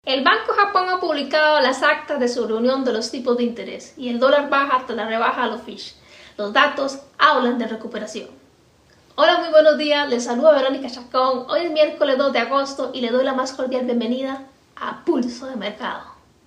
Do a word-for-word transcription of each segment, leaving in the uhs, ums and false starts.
El Banco de Japón ha publicado las actas de su reunión de los tipos de interés y el dólar baja tras la rebaja a los Fitch. Los datos hablan de recuperación. Hola, muy buenos días, les saluda Verónica Chacón. Hoy es miércoles dos de agosto y le doy la más cordial bienvenida a Pulso de Mercado.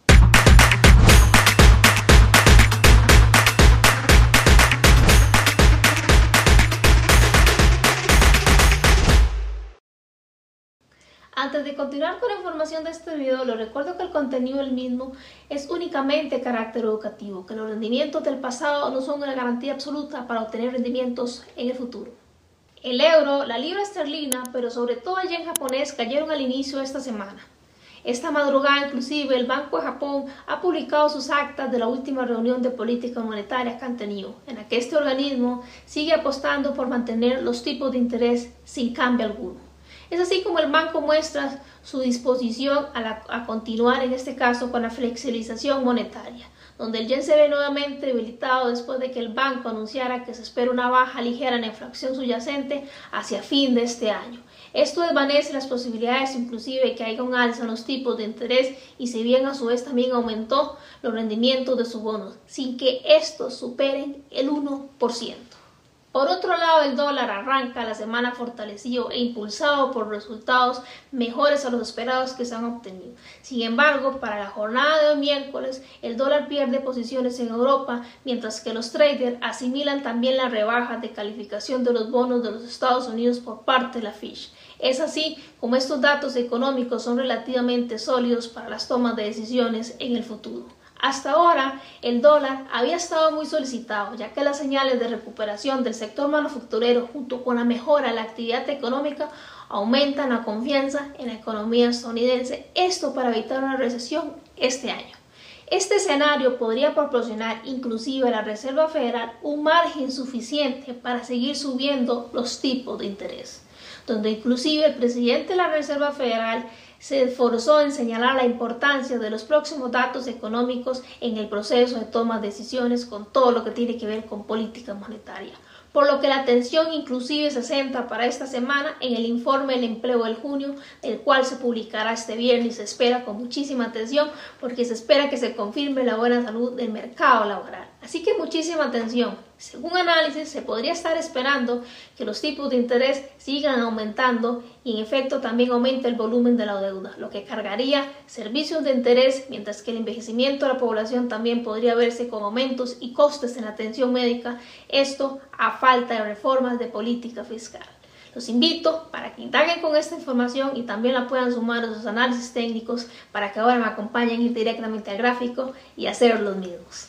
Antes de continuar con la información de este video, les recuerdo que el contenido del mismo es únicamente de carácter educativo, que los rendimientos del pasado no son una garantía absoluta para obtener rendimientos en el futuro. El euro, la libra esterlina, pero sobre todo el yen japonés cayeron al inicio de esta semana. Esta madrugada, inclusive, el Banco de Japón ha publicado sus actas de la última reunión de política monetaria que han tenido, en la que este organismo sigue apostando por mantener los tipos de interés sin cambio alguno. Es así como el banco muestra su disposición a, la, a continuar en este caso con la flexibilización monetaria, donde el yen se ve nuevamente debilitado después de que el banco anunciara que se espera una baja ligera en la inflación subyacente hacia fin de este año. Esto desvanece las posibilidades inclusive de que haya un alza en los tipos de interés y si bien a su vez también aumentó los rendimientos de sus bonos, sin que estos superen el uno por ciento. Por otro lado, el dólar arranca la semana fortalecido e impulsado por resultados mejores a los esperados que se han obtenido. Sin embargo, para la jornada de hoy miércoles, el dólar pierde posiciones en Europa, mientras que los traders asimilan también la rebaja de calificación de los bonos de los Estados Unidos por parte de la Fitch. Es así como estos datos económicos son relativamente sólidos para las tomas de decisiones en el futuro. Hasta ahora, el dólar había estado muy solicitado, ya que las señales de recuperación del sector manufacturero junto con la mejora de la actividad económica aumentan la confianza en la economía estadounidense, esto para evitar una recesión este año. Este escenario podría proporcionar inclusive a la Reserva Federal un margen suficiente para seguir subiendo los tipos de interés, donde inclusive el presidente de la Reserva Federal se esforzó en señalar la importancia de los próximos datos económicos en el proceso de toma de decisiones con todo lo que tiene que ver con política monetaria. Por lo que la atención inclusive se centra para esta semana en el informe del empleo del junio, el cual se publicará este viernes y se espera con muchísima atención porque se espera que se confirme la buena salud del mercado laboral. Así que muchísima atención. Según análisis, se podría estar esperando que los tipos de interés sigan aumentando y en efecto también aumente el volumen de la deuda, lo que cargaría servicios de interés, mientras que el envejecimiento de la población también podría verse con aumentos y costes en la atención médica, esto a falta de reformas de política fiscal. Los invito para que indaguen con esta información y también la puedan sumar a sus análisis técnicos para que ahora me acompañen a ir directamente al gráfico y hacer los mismos.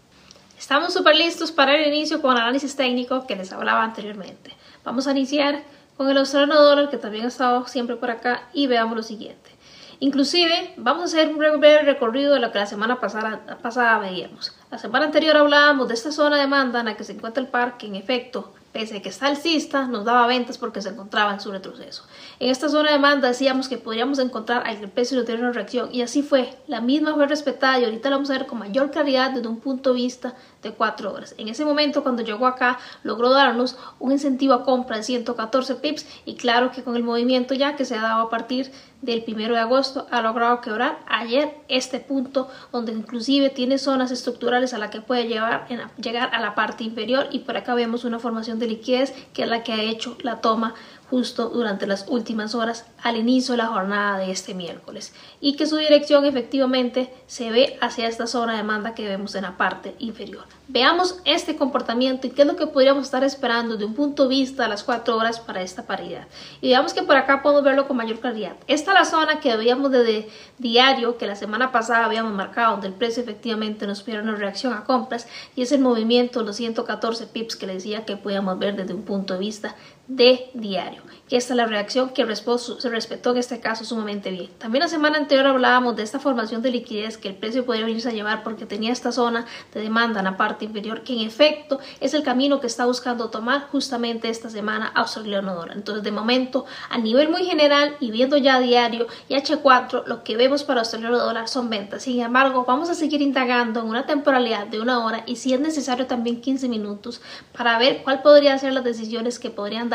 Estamos súper listos para el inicio con el análisis técnico que les hablaba anteriormente. Vamos a iniciar con el australiano dólar, que también ha estado siempre por acá, y veamos lo siguiente. Inclusive vamos a hacer un breve recorrido de lo que la semana pasada, pasada veíamos. La semana anterior hablábamos de esta zona de demanda en la que se encuentra el par, que en efecto, pese a que está alcista, nos daba ventas porque se encontraba en su retroceso. En esta zona de demanda decíamos que podríamos encontrar al precio de tener una reacción y así fue. La misma fue respetada y ahorita la vamos a ver con mayor claridad desde un punto de vista de cuatro horas. En ese momento, cuando llegó acá, logró darnos un incentivo a compra de ciento catorce pips y claro que con el movimiento ya que se ha dado a partir del primero de agosto ha logrado quebrar ayer este punto donde inclusive tiene zonas estructurales a la que puede llevar, en la, llegar a la parte inferior y por acá vemos una formación de liquidez que es la que ha hecho la toma justo durante las últimas horas al inicio de la jornada de este miércoles y que su dirección efectivamente se ve hacia esta zona de demanda que vemos en la parte inferior. Veamos este comportamiento y qué es lo que podríamos estar esperando de un punto de vista a las cuatro horas para esta paridad. Y veamos que por acá podemos verlo con mayor claridad. Esta es la zona que veíamos desde diario que la semana pasada habíamos marcado donde el precio efectivamente nos pidió una reacción a compras y es el movimiento de los ciento catorce pips que les decía que podíamos ver desde un punto de vista de diario, que esta es la reacción que se respetó en este caso sumamente bien. También la semana anterior hablábamos de esta formación de liquidez que el precio podría venirse a llevar porque tenía esta zona de demanda en la parte inferior, que en efecto es el camino que está buscando tomar justamente esta semana australiano dólar. Entonces de momento a nivel muy general y viendo ya diario y H cuatro, lo que vemos para australiano dólar son ventas. Sin embargo, vamos a seguir indagando en una temporalidad de una hora y si es necesario también quince minutos para ver cuál podrían ser las decisiones que podrían dar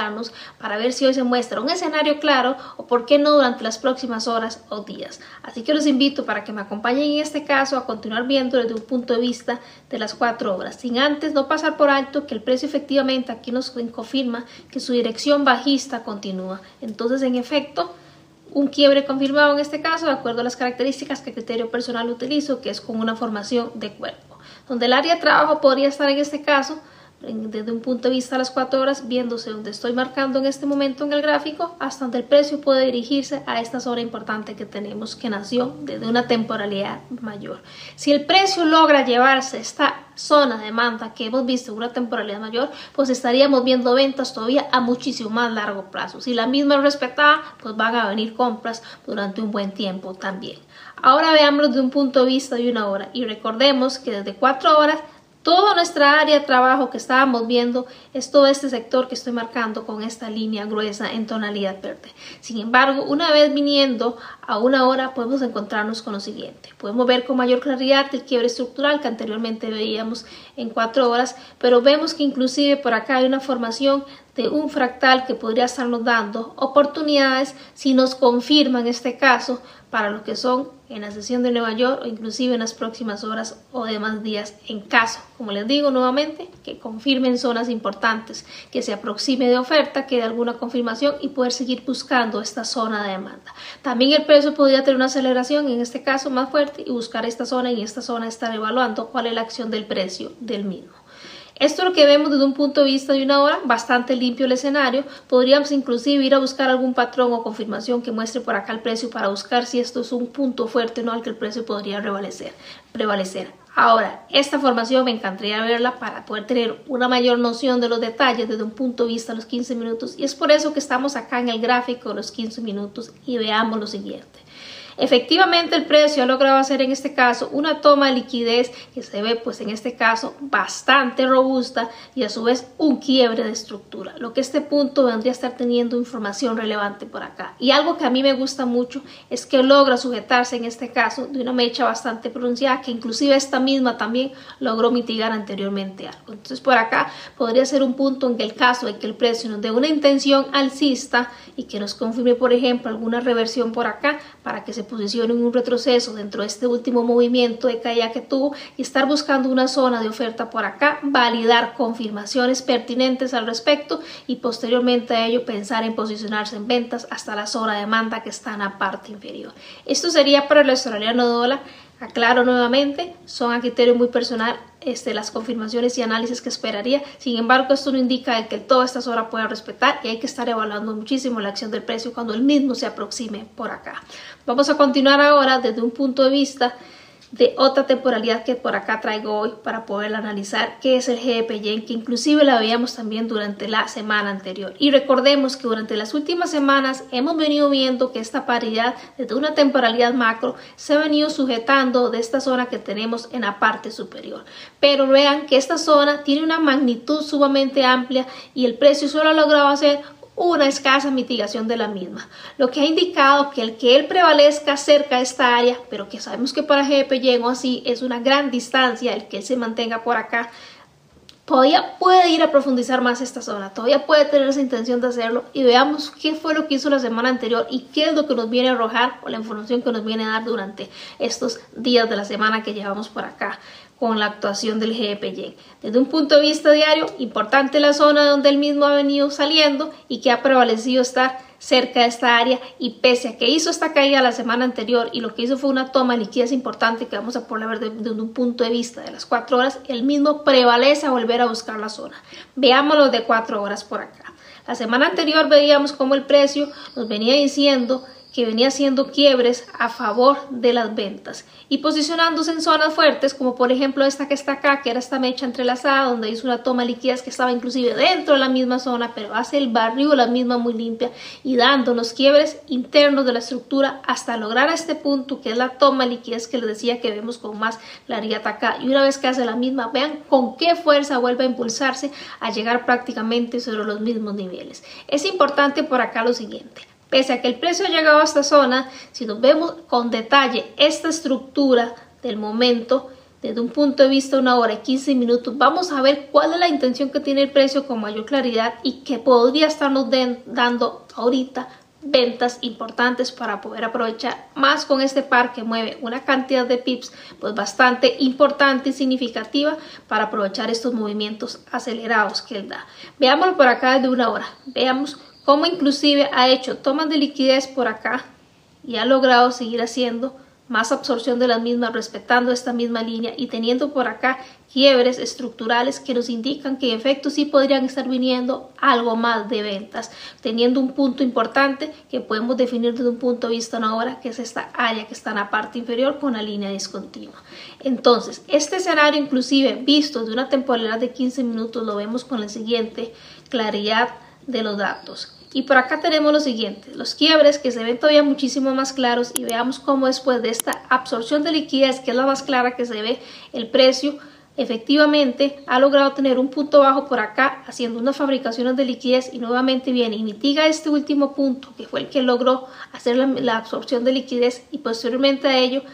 concentrarnos para ver si hoy se muestra un escenario claro o por qué no durante las próximas horas o días. Así que los invito para que me acompañen en este caso a continuar viendo desde un punto de vista de las cuatro horas, sin antes no pasar por alto que el precio efectivamente aquí nos confirma que su dirección bajista continúa. Entonces, en efecto, un quiebre confirmado en este caso de acuerdo a las características que criterio personal utilizo, que es con una formación de cuerpo, donde el área de trabajo podría estar en este caso desde un punto de vista a las cuatro horas, viéndose donde estoy marcando en este momento en el gráfico, hasta donde el precio puede dirigirse a esta zona importante que tenemos, que nació desde una temporalidad mayor. Si el precio logra llevarse esta zona de demanda que hemos visto en una temporalidad mayor, pues estaríamos viendo ventas todavía a muchísimo más largo plazo. Si la misma es respetada, pues van a venir compras durante un buen tiempo también. Ahora veámoslo desde un punto de vista de una hora y recordemos que desde cuatro horas toda nuestra área de trabajo que estábamos viendo es todo este sector que estoy marcando con esta línea gruesa en tonalidad verde. Sin embargo, una vez viniendo a una hora podemos encontrarnos con lo siguiente. Podemos ver con mayor claridad el quiebre estructural que anteriormente veíamos en cuatro horas, pero vemos que inclusive por acá hay una formación de un fractal que podría estarnos dando oportunidades si nos confirma en este caso para lo que son en la sesión de Nueva York o inclusive en las próximas horas o demás días, en caso, como les digo nuevamente, que confirmen zonas importantes, que se aproxime de oferta, que dé alguna confirmación y poder seguir buscando esta zona de demanda. También el precio podría tener una aceleración, en este caso más fuerte, y buscar esta zona y en esta zona estar evaluando cuál es la acción del precio del mismo. Esto es lo que vemos desde un punto de vista de una hora, bastante limpio el escenario. Podríamos inclusive ir a buscar algún patrón o confirmación que muestre por acá el precio para buscar si esto es un punto fuerte o no al que el precio podría prevalecer. prevalecer. Ahora, esta formación me encantaría verla para poder tener una mayor noción de los detalles desde un punto de vista de los quince minutos y es por eso que estamos acá en el gráfico de los quince minutos y veamos lo siguiente. Efectivamente el precio ha logrado hacer en este caso una toma de liquidez que se ve pues en este caso bastante robusta y a su vez un quiebre de estructura, lo que este punto vendría a estar teniendo información relevante por acá. Y algo que a mí me gusta mucho es que logra sujetarse en este caso de una mecha bastante pronunciada que inclusive esta misma también logró mitigar anteriormente algo. Entonces por acá podría ser un punto en que el caso de que el precio nos dé una intención alcista y que nos confirme por ejemplo alguna reversión por acá para que se posicione en un retroceso dentro de este último movimiento de caída que tuvo y estar buscando una zona de oferta por acá, validar confirmaciones pertinentes al respecto y posteriormente a ello pensar en posicionarse en ventas hasta la zona de demanda que está en la parte inferior. Esto sería para el australiano dólar. Aclaro nuevamente, son a criterio muy personal este, las confirmaciones y análisis que esperaría. Sin embargo, esto no indica el que toda esta zona pueda respetar y hay que estar evaluando muchísimo la acción del precio cuando el mismo se aproxime por acá. Vamos a continuar ahora desde un punto de vista de otra temporalidad que por acá traigo hoy para poder analizar, que es el G B P Yen, que inclusive la veíamos también durante la semana anterior. Y recordemos que durante las últimas semanas hemos venido viendo que esta paridad desde una temporalidad macro se ha venido sujetando de esta zona que tenemos en la parte superior. Pero vean que esta zona tiene una magnitud sumamente amplia y el precio solo ha logrado hacer una escasa mitigación de la misma, lo que ha indicado que el que él prevalezca cerca de esta área, pero que sabemos que para G B P Yen o así es una gran distancia el que él se mantenga por acá, todavía puede ir a profundizar más esta zona, todavía puede tener esa intención de hacerlo y veamos qué fue lo que hizo la semana anterior y qué es lo que nos viene a arrojar o la información que nos viene a dar durante estos días de la semana que llevamos por acá con la actuación del G B P Yen. Desde un punto de vista diario, importante la zona donde él mismo ha venido saliendo y que ha prevalecido estar cerca de esta área y pese a que hizo esta caída la semana anterior y lo que hizo fue una toma de liquidez importante que vamos a poder ver desde un punto de vista de las cuatro horas, él mismo prevalece a volver a buscar la zona. Veámoslo de cuatro horas por acá. La semana anterior veíamos cómo el precio nos venía diciendo que venía haciendo quiebres a favor de las ventas y posicionándose en zonas fuertes como por ejemplo esta que está acá, que era esta mecha entrelazada donde hizo una toma de liquidez que estaba inclusive dentro de la misma zona, pero hace el barrio la misma muy limpia y dándonos quiebres internos de la estructura hasta lograr a este punto que es la toma de liquidez que les decía que vemos con más claridad acá. Y una vez que hace la misma, vean con qué fuerza vuelve a impulsarse a llegar prácticamente sobre los mismos niveles. Es importante por acá lo siguiente. Pese a que el precio ha llegado a esta zona, si nos vemos con detalle esta estructura del momento, desde un punto de vista de una hora y quince minutos, vamos a ver cuál es la intención que tiene el precio con mayor claridad y que podría estarnos den, dando ahorita ventas importantes para poder aprovechar más con este par que mueve una cantidad de pips pues bastante importante y significativa para aprovechar estos movimientos acelerados que él da. Veámoslo por acá desde una hora. Veamos cómo inclusive ha hecho tomas de liquidez por acá y ha logrado seguir haciendo más absorción de las mismas, respetando esta misma línea y teniendo por acá quiebres estructurales que nos indican que en efecto sí podrían estar viniendo algo más de ventas, teniendo un punto importante que podemos definir desde un punto de vista una hora, que es esta área que está en la parte inferior con la línea discontinua. Entonces, este escenario inclusive visto de una temporalidad de quince minutos lo vemos con la siguiente claridad de los datos. Y por acá tenemos lo siguiente, los quiebres que se ven todavía muchísimo más claros y veamos cómo después de esta absorción de liquidez, que es la más clara que se ve, el precio efectivamente ha logrado tener un punto bajo por acá haciendo unas fabricaciones de liquidez y nuevamente viene y mitiga este último punto que fue el que logró hacer la, la absorción de liquidez y posteriormente a ello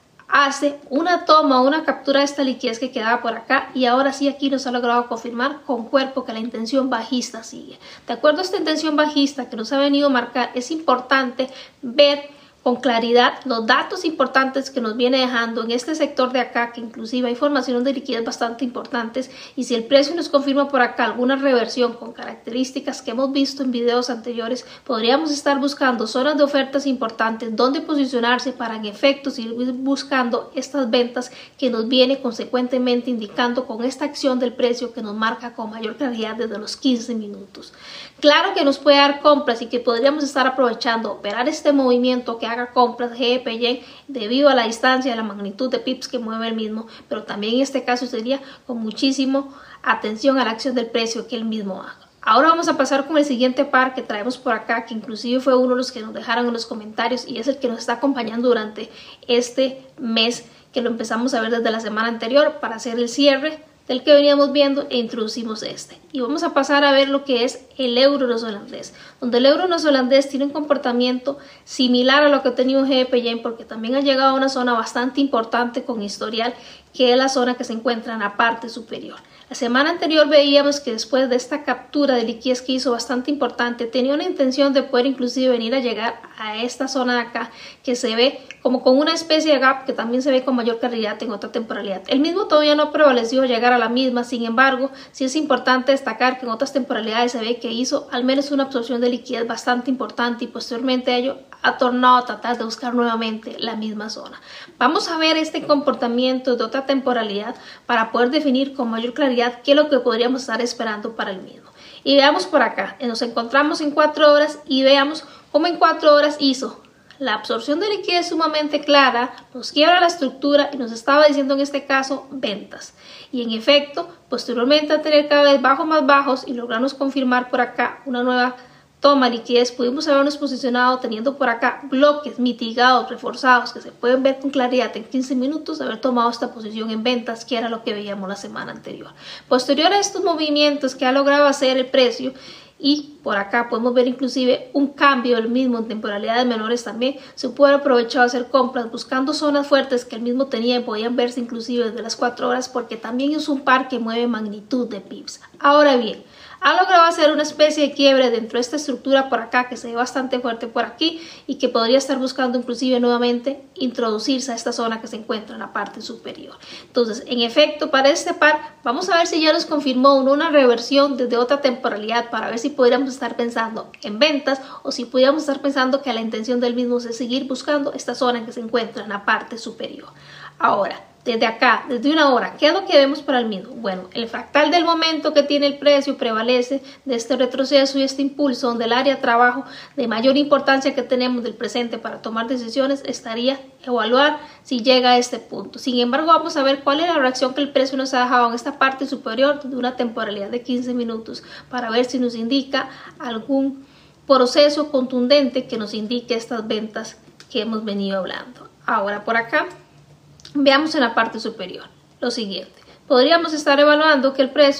hace una toma, una captura de esta liquidez que quedaba por acá y ahora sí aquí nos ha logrado confirmar con cuerpo que la intención bajista sigue. De acuerdo a esta intención bajista que nos ha venido a marcar, es importante ver con claridad los datos importantes que nos viene dejando en este sector de acá, que inclusive hay formaciones de liquidez bastante importantes, y si el precio nos confirma por acá alguna reversión con características que hemos visto en videos anteriores, podríamos estar buscando zonas de ofertas importantes donde posicionarse para en efecto seguir buscando estas ventas que nos viene consecuentemente indicando con esta acción del precio que nos marca con mayor claridad desde los quince minutos. Claro que nos puede dar compras y que podríamos estar aprovechando operar este movimiento que haga compras G E P Y debido a la distancia y a la magnitud de pips que mueve el mismo, pero también en este caso sería con muchísimo atención a la acción del precio que el mismo haga. Ahora vamos a pasar con el siguiente par que traemos por acá, que inclusive fue uno de los que nos dejaron en los comentarios y es el que nos está acompañando durante este mes, que lo empezamos a ver desde la semana anterior para hacer el cierre del que veníamos viendo e introducimos este. Y vamos a pasar a ver lo que es el euro neozelandés, donde el euro neozelandés tiene un comportamiento similar a lo que ha tenido G E P Y, porque también ha llegado a una zona bastante importante con historial, que es la zona que se encuentra en la parte superior. La semana anterior veíamos que después de esta captura de liquidez que hizo bastante importante, tenía una intención de poder inclusive venir a llegar a esta zona de acá, que se ve como con una especie de gap que también se ve con mayor claridad en otra temporalidad. El mismo todavía no prevaleció llegar a la misma, sin embargo, sí es importante destacar que en otras temporalidades se ve que hizo al menos una absorción de liquidez bastante importante y posteriormente a ello ha tornado a tratar de buscar nuevamente la misma zona. Vamos a ver este comportamiento de otra temporalidad para poder definir con mayor claridad qué es lo que podríamos estar esperando para el mismo. Y veamos por acá, nos encontramos en cuatro horas y veamos cómo en cuatro horas hizo la absorción de liquidez sumamente clara, nos quiebra la estructura y nos estaba diciendo en este caso ventas. Y en efecto, posteriormente a tener cada vez bajos más bajos y lograrnos confirmar por acá una nueva toma de liquidez, pudimos habernos posicionado teniendo por acá bloques mitigados, reforzados, que se pueden ver con claridad en quince minutos, haber tomado esta posición en ventas, que era lo que veíamos la semana anterior. Posterior a estos movimientos que ha logrado hacer el precio, y por acá podemos ver inclusive un cambio del mismo en temporalidades menores también, se puede aprovechar a hacer compras buscando zonas fuertes que el mismo tenía y podían verse inclusive desde las cuatro horas, porque también es un par que mueve magnitud de pips. Ahora bien, ha logrado hacer una especie de quiebre dentro de esta estructura por acá que se ve bastante fuerte por aquí y que podría estar buscando inclusive nuevamente introducirse a esta zona que se encuentra en la parte superior. Entonces, en efecto, para este par vamos a ver si ya nos confirmó una reversión desde otra temporalidad para ver si podríamos estar pensando en ventas o si pudiéramos estar pensando que la intención del mismo es seguir buscando esta zona que se encuentra en la parte superior. Ahora, desde acá, desde una hora, ¿qué es lo que vemos para el mismo? Bueno, el fractal del momento que tiene el precio prevalece de este retroceso y este impulso, donde el área de trabajo de mayor importancia que tenemos del presente para tomar decisiones estaría evaluar si llega a este punto. Sin embargo, vamos a ver cuál es la reacción que el precio nos ha dejado en esta parte superior de una temporalidad de quince minutos para ver si nos indica algún proceso contundente que nos indique estas ventas que hemos venido hablando. Ahora por acá veamos en la parte superior lo siguiente. Podríamos estar evaluando que el precio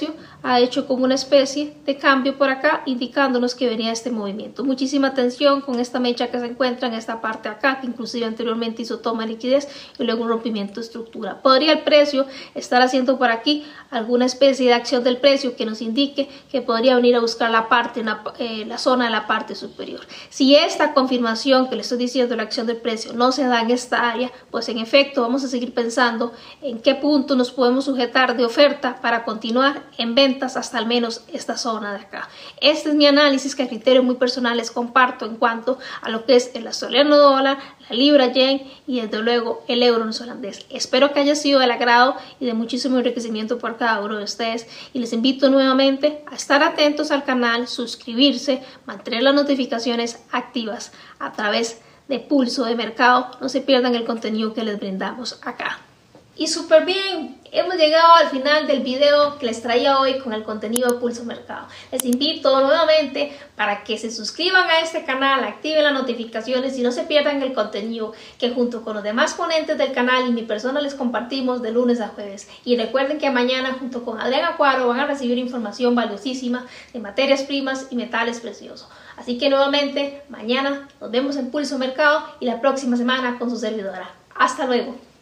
ha hecho como una especie de cambio por acá, indicándonos que venía este movimiento. Muchísima atención con esta mecha que se encuentra en esta parte acá, que inclusive anteriormente hizo toma de liquidez y luego un rompimiento de estructura. Podría el precio estar haciendo por aquí alguna especie de acción del precio que nos indique que podría venir a buscar la parte, una, eh, la zona de la parte superior. Si esta confirmación que le estoy diciendo, la acción del precio, no se da en esta área, pues en efecto vamos a seguir pensando en qué punto nos podemos sujetar de oferta para continuar en ventas hasta al menos esta zona de acá. Este es mi análisis que a criterios muy personales comparto en cuanto a lo que es el australiano dólar, la libra yen y desde luego el euro neozelandés. Espero que haya sido del agrado y de muchísimo enriquecimiento por cada uno de ustedes y les invito nuevamente a estar atentos al canal, suscribirse, mantener las notificaciones activas a través de Pulso de Mercado. No se pierdan el contenido que les brindamos acá. Y súper bien, hemos llegado al final del video que les traía hoy con el contenido de Pulso Mercado. Les invito nuevamente para que se suscriban a este canal, activen las notificaciones y no se pierdan el contenido que junto con los demás ponentes del canal y mi persona les compartimos de lunes a jueves. Y recuerden que mañana junto con Adrián Acuaro van a recibir información valiosísima de materias primas y metales preciosos. Así que nuevamente mañana nos vemos en Pulso Mercado y la próxima semana con su servidora. Hasta luego.